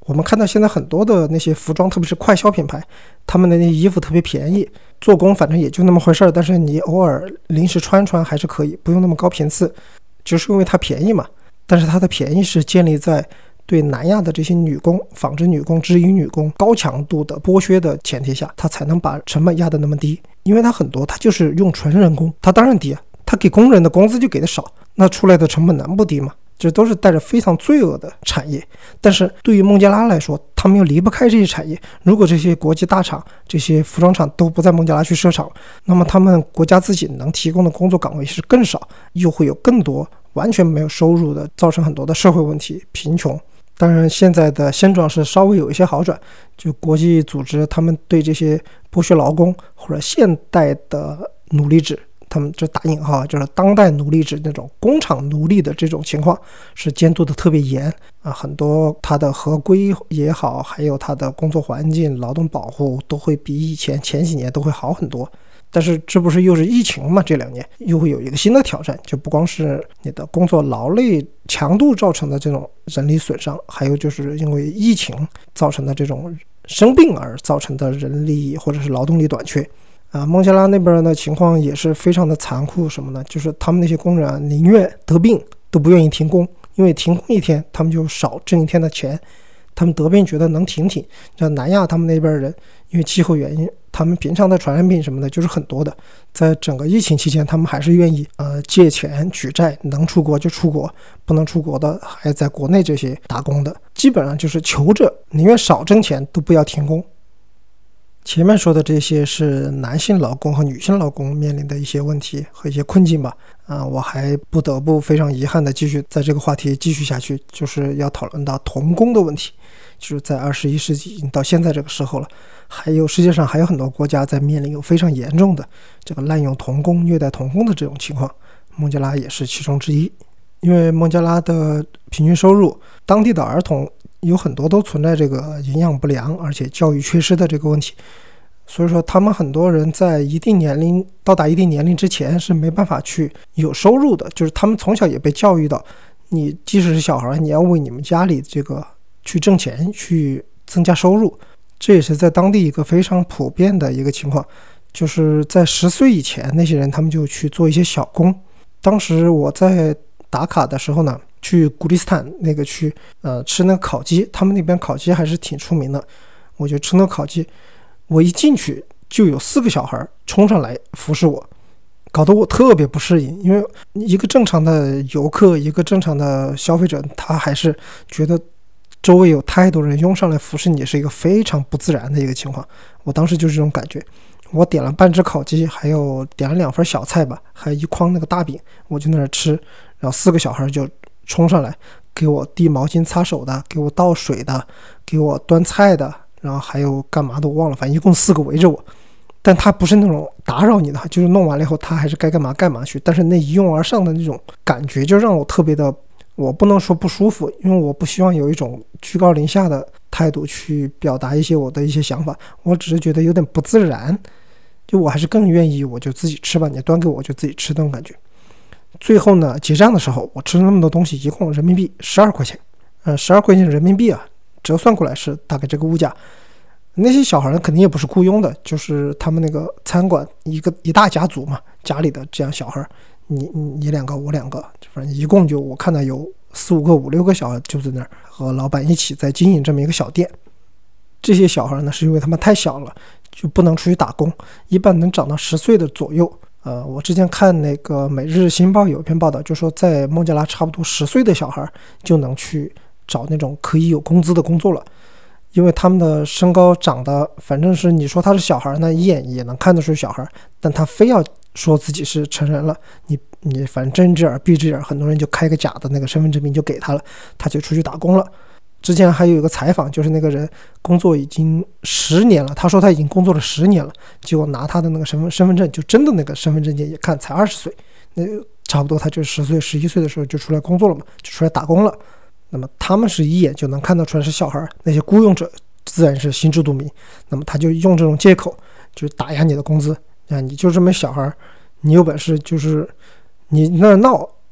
我们看到现在很多的那些服装，特别是快消品牌，他们的那些衣服特别便宜，做工反正也就那么回事儿，但是你偶尔临时穿穿还是可以，不用那么高频次，就是因为它便宜嘛。但是它的便宜是建立在对南亚的这些女工、纺织女工、织衣女工高强度的剥削的前提下，它才能把成本压得那么低。因为它很多它就是用纯人工，它当然低啊，它给工人的工资就给的少，那出来的成本能不低吗？这都是带着非常罪恶的产业。但是对于孟加拉来说，他们又离不开这些产业。如果这些国际大厂、这些服装厂都不在孟加拉去设厂，那么他们国家自己能提供的工作岗位是更少，又会有更多完全没有收入的，造成很多的社会问题、贫穷。当然现在的现状是稍微有一些好转，就国际组织他们对这些剥削劳工或者现代的奴隶制，他们这打引号就是当代奴隶制那种工厂奴隶的这种情况是监督的特别严啊，很多它的合规也好，还有它的工作环境、劳动保护都会比以前前几年都会好很多。但是这不是又是疫情嘛，这2年又会有一个新的挑战，就不光是你的工作劳累强度造成的这种人力损伤，还有就是因为疫情造成的这种生病而造成的人力或者是劳动力短缺孟加拉那边的情况也是非常的残酷。什么呢？就是他们那些工人宁愿得病都不愿意停工，因为停工一天他们就少挣一天的钱，他们得病觉得能停。像南亚他们那边人因为气候原因，他们平常的传染病什么的就是很多的，在整个疫情期间他们还是愿意借钱举债，能出国就出国，不能出国的还在国内这些打工的，基本上就是求着宁愿少挣钱都不要停工。前面说的这些是男性劳工和女性劳工面临的一些问题和一些困境吧。我还不得不非常遗憾的继续在这个话题继续下去，就是要讨论到童工的问题。就是在21世纪已经到现在这个时候了，还有世界上还有很多国家在面临有非常严重的这个滥用童工、虐待童工的这种情况，孟加拉也是其中之一。因为孟加拉的平均收入，当地的儿童有很多都存在这个营养不良而且教育缺失的这个问题，所以说他们很多人在到达一定年龄之前是没办法去有收入的，就是他们从小也被教育到，你即使是小孩，你要为你们家里这个去挣钱，去增加收入。这也是在当地一个非常普遍的一个情况，就是在10岁以前那些人他们就去做一些小工。当时我在打卡的时候呢，去古利斯坦那个区吃那个烤鸡，他们那边烤鸡还是挺出名的，我就吃那个烤鸡，我一进去就有4个小孩冲上来服侍我，搞得我特别不适应。因为一个正常的游客，一个正常的消费者，他还是觉得周围有太多人拥上来服侍你是一个非常不自然的一个情况。我当时就是这种感觉，我点了半只烤鸡，还有点了2份小菜吧，还有一筐那个大饼，我就在那吃，然后4个小孩就冲上来给我递毛巾擦手的，给我倒水的，给我端菜的，然后还有干嘛都忘了，反正一共4个围着我。但他不是那种打扰你的，就是弄完了以后他还是该干嘛干嘛去，但是那一拥而上的那种感觉就让我特别的，我不能说不舒服，因为我不希望有一种居高临下的态度去表达一些我的一些想法，我只是觉得有点不自然，就我还是更愿意我就自己吃吧，你端给我就自己吃那种感觉。最后呢，结账的时候我吃了那么多东西，一共人民币12块钱，12块钱人民币折算过来是大概这个物价。那些小孩肯定也不是雇佣的，就是他们那个餐馆一大家族嘛，家里的这样小孩，你2个我2个，反正一共就我看到有4、5个、5、6个小孩就在那儿和老板一起在经营这么一个小店。这些小孩呢是因为他们太小了，就不能出去打工，一般能长到10岁的左右。我之前看那个每日新报有一篇报道，就说在孟加拉差不多10岁的小孩就能去找那种可以有工资的工作了。因为他们的身高长得，反正是你说他是小孩呢，一眼也能看得出小孩，但他非要说自己是成人了，你反正睁只眼闭只眼，很多人就开个假的那个身份证明就给他了，他就出去打工了。之前还有一个采访，就是那个人工作已经10年了，他说他已经工作了10年了，结果拿他的那个身份证，就真的那个身份证件也看才20岁，那差不多他就10岁11岁的时候就出来工作了嘛，就出来打工了。那么他们是一眼就能看得出来是小孩，那些雇佣者自然是心知肚明，那么他就用这种借口就打压你的工资，你就这么小孩，你有本事就是你那闹，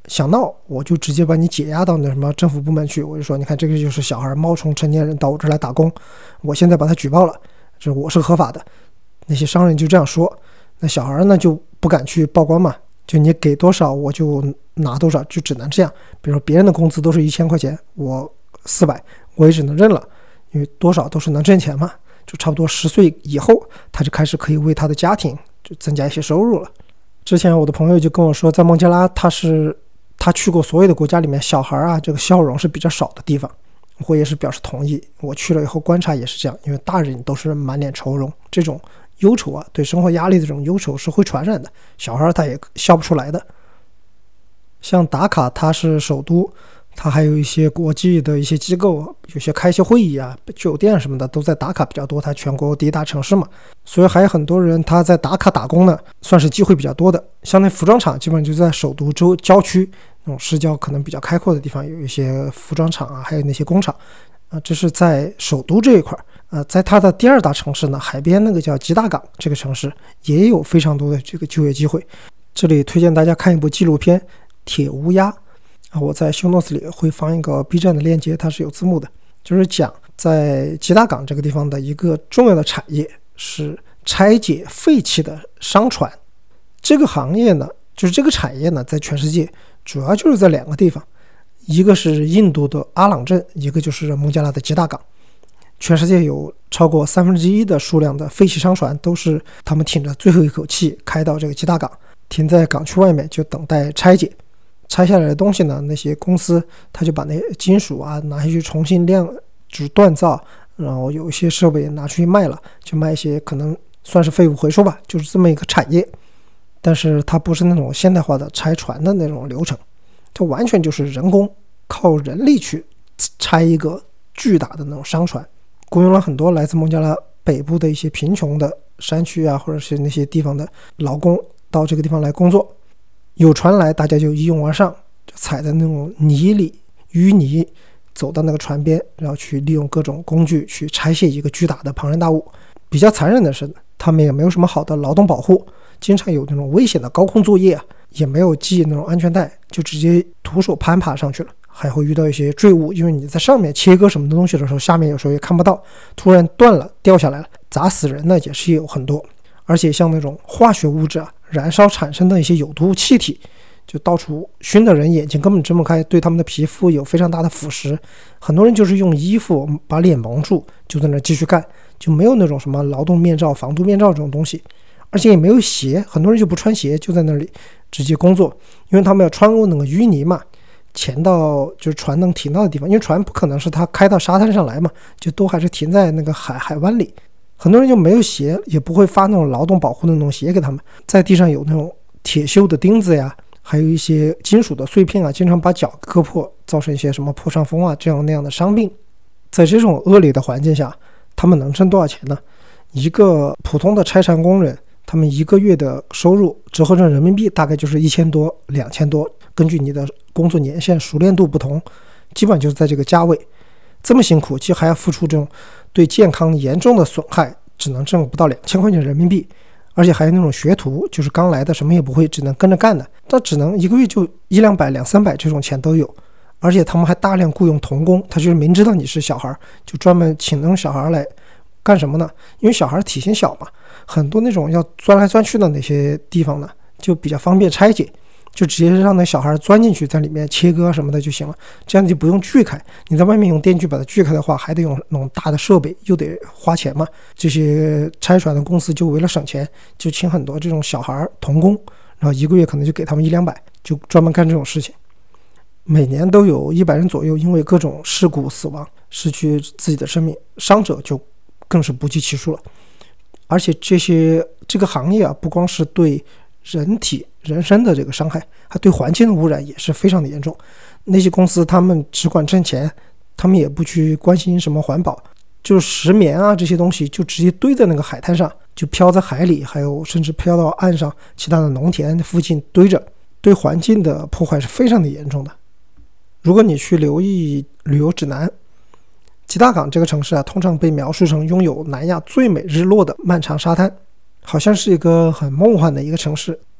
想闹，我就直接把你解压到那什么政府部门去，我就说，你看这个就是小孩冒充成年人到我这来打工，我现在把他举报了，这我是合法的。那些商人就这样说，那小孩呢就不敢去报官嘛，就你给多少我就拿多少，就只能这样。比如说别人的工资都是1000块钱，我400，我也只能认了，因为多少都是能挣钱嘛。就差不多10岁以后，他就开始可以为他的家庭就增加一些收入了。之前我的朋友就跟我说，在孟加拉他去过所有的国家里面，小孩啊这个笑容是比较少的地方。我也是表示同意，我去了以后观察也是这样，因为大人都是满脸愁容，这种忧愁啊，对生活压力的这种忧愁是会传染的，小孩他也笑不出来的。像达卡它是首都，它还有一些国际的一些机构，有些开一些会议啊，酒店什么的都在达卡比较多，它全国第一大城市嘛，所以还有很多人他在达卡打工呢，算是机会比较多的。像那服装厂基本上就在首都郊区那种市郊可能比较开阔的地方，有一些服装厂啊，还有那些工厂这是在首都这一块。在它的第二大城市呢，海边那个叫吉大港这个城市也有非常多的这个就业机会。这里推荐大家看一部纪录片《铁乌鸦》我在 show notes 里会放一个 B 站的链接，它是有字幕的，就是讲在吉大港这个地方的一个重要的产业是拆解废弃的商船。这个行业呢，就是这个产业呢，在全世界主要就是在2个地方，一个是印度的阿朗镇，一个就是孟加拉的吉大港。全世界有超过1/3的数量的废弃商船都是他们挺着最后一口气开到这个吉大港，停在港区外面就等待拆解。拆下来的东西呢，那些公司他就把那金属啊拿下去重新就是锻造，然后有一些设备拿出去卖了，就卖一些可能算是废物回收吧，就是这么一个产业。但是它不是那种现代化的拆船的那种流程，它完全就是人工靠人力去拆一个巨大的那种商船，雇佣了很多来自孟加拉北部的一些贫穷的山区啊，或者是那些地方的劳工到这个地方来工作。有船来，大家就一拥而上，就踩在那种泥里淤泥，走到那个船边，然后去利用各种工具去拆卸一个巨大的庞然大物。比较残忍的是，他们也没有什么好的劳动保护，经常有那种危险的高空作业也没有系那种安全带，就直接徒手攀爬上去了，还会遇到一些坠物，因为你在上面切割什么东西的时候，下面有时候也看不到，突然断了掉下来了，砸死人呢也是有很多。而且像那种化学物质燃烧产生的一些有毒气体，就到处熏的人眼睛根本睁不开，对他们的皮肤有非常大的腐蚀。很多人就是用衣服把脸蒙住，就在那继续干，就没有那种什么劳动面罩、防毒面罩这种东西，而且也没有鞋，很多人就不穿鞋，就在那里直接工作，因为他们要穿过那个淤泥嘛，潜到就是船能停到的地方，因为船不可能是他开到沙滩上来嘛，就都还是停在那个海湾里。很多人就没有鞋，也不会发那种劳动保护的那种鞋给他们，在地上有那种铁锈的钉子呀，还有一些金属的碎片经常把脚割破，造成一些什么破伤风这样那样的伤病。在这种恶劣的环境下，他们能挣多少钱呢？一个普通的拆船工人，他们1个月的收入折合成人民币大概就是1000多、2000多，根据你的工作年限、熟练度不同，基本上就是在这个价位。这么辛苦，其实还要付出这种对健康严重的损害，只能挣不到2000块钱人民币。而且还有那种学徒，就是刚来的什么也不会，只能跟着干的，他只能1个月就100-200、200-300这种钱都有。而且他们还大量雇佣童工，他就是明知道你是小孩，就专门请那种小孩来干什么呢？因为小孩体型小嘛，很多那种要钻来钻去的那些地方呢，就比较方便拆解，就直接让那小孩钻进去，在里面切割什么的就行了，这样就不用锯开。你在外面用电锯把它锯开的话，还得用那种大的设备，又得花钱嘛。这些拆船的公司就为了省钱，就请很多这种小孩童工，然后1个月可能就给他们100-200，就专门干这种事情。每年都有100人左右因为各种事故死亡，失去自己的生命，伤者就更是不计其数了。而且这个行业不光是对人体人身的这个伤害，还对环境的污染也是非常的严重。那些公司他们只管挣钱，他们也不去关心什么环保，就石棉这些东西就直接堆在那个海滩上，就飘在海里，还有甚至飘到岸上其他的农田附近堆着，对环境的破坏是非常的严重的。如果你去留意旅游指南，吉大港这个城市通常被描述成拥有南亚最美日落的漫长沙滩，好像是一个很梦幻的一个城市，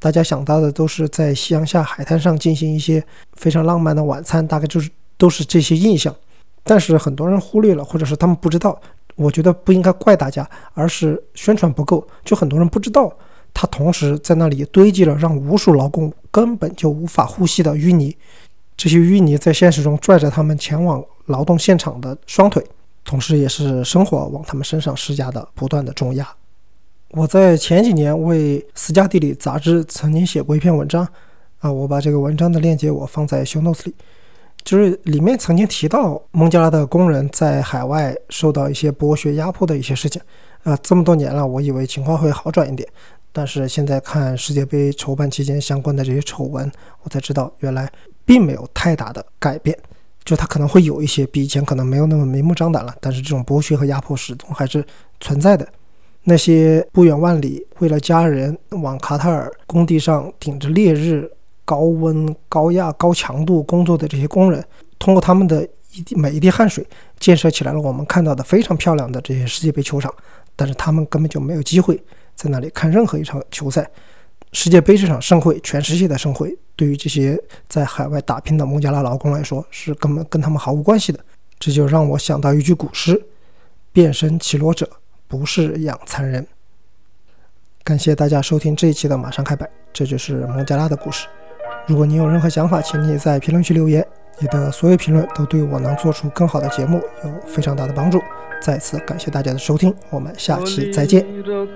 大家想到的都是在夕阳下海滩上进行一些非常浪漫的晚餐，大概都是这些印象。但是很多人忽略了，或者是他们不知道，我觉得不应该怪大家，而是宣传不够，就很多人不知道他同时在那里堆积了让无数劳工根本就无法呼吸的淤泥，这些淤泥在现实中拽着他们前往劳动现场的双腿，同时也是生活往他们身上施加的不断的重压。我在前几年为斯嘉地理杂志曾经写过一篇文章我把这个文章的链接我放在 show notes 里，就是里面曾经提到孟加拉的工人在海外受到一些剥削压迫的一些事情这么多年了，我以为情况会好转一点，但是现在看世界杯筹办期间相关的这些丑闻，我才知道原来并没有太大的改变，就它可能会有一些比以前可能没有那么明目张胆了，但是这种剥削和压迫始终还是存在的。那些不远万里为了家人往卡塔尔工地上顶着烈日高温高压高强度工作的这些工人，通过他们的每一滴汗水建设起来了我们看到的非常漂亮的这些世界杯球场，但是他们根本就没有机会在那里看任何一场球赛。世界杯这场盛会，全世界的盛会，对于这些在海外打拼的孟加拉劳工来说是根本跟他们毫无关系的。这就让我想到一句古诗：变身绮罗者，不是养蚕人。感谢大家收听这一期的马上开摆，这就是孟加拉的故事。如果你有任何想法，请你在评论区留言，你的所有评论都对我能做出更好的节目有非常大的帮助。再次感谢大家的收听，我们下期再见。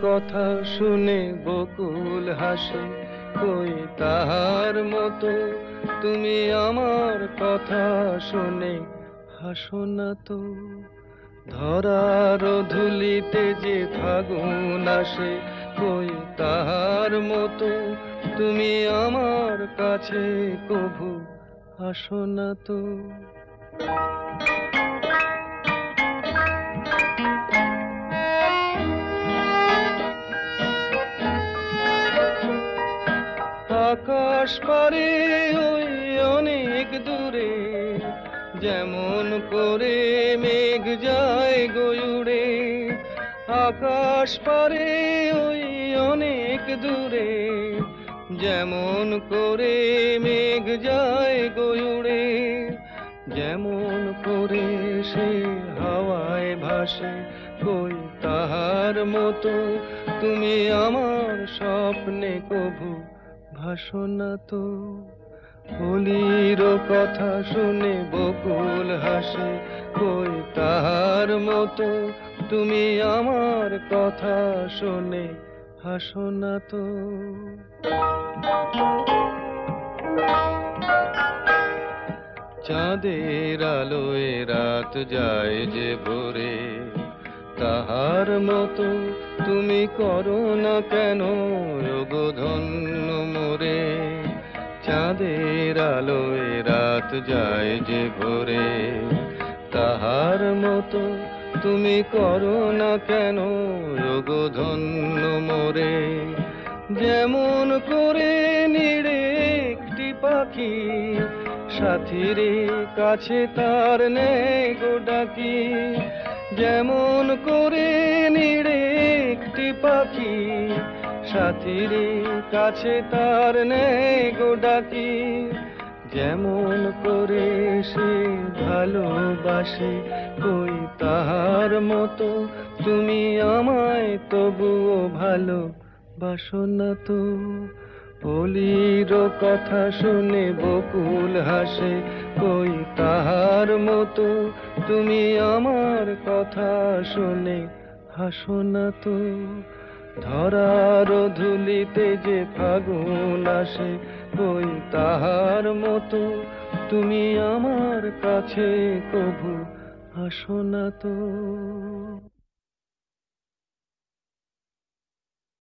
ধরার ধুলিতে যে ফাগুন আসে কই তাহার মতো তুমি আমার কাছে কভু আসো না তো। আকাশ পারে ওই অনেক দূরে যেমন করে মেঘ যায় গয়ুড়ে, আকাশ পারে ওই অনেক দূরে যেমন করে মেঘ যায় গয়ুড়ে, যেমন করে সে হাওয়ায় ভাসে কই তাহার মতো তুমি আমার স্বপ্নে কভু ভাসো না তো। কলির কথা শুনে বকুল হাসে কই তাহার মতো তুমি আমার কথা শুনে হাসো না তো। চাঁদের আলোয় রাত যায় যে ভোরে তাহার মতো তুমি করো না কেন ওগো ধন্য মোরে। চাঁদের আলোয় রাত যায় যে ভোরে তাহার মতো তুমি করো না কেন ওগো ধন্য মোরে। যেমন করে নিড়ে একটি পাখি সাথীরে কাছে তার নেই গো ডাকি, যেমন করে নিড়ে একটি পাখি সাথীরে কাছে তার নেই গো ডাকি, যেমন করে সে ভালোবাসে কই তাহার মতো তুমি আমায় তবুও ভালোবাসো না তো। কলির কথা শুনে বকুল হাসে কই তাহার মতো তুমি আমার কথা শুনে হাসো না তো। ধরার ধুলিতে যে ফাগুন আসে কই তাহার মতো তুমি আমার কাছে কভু আসো না তো।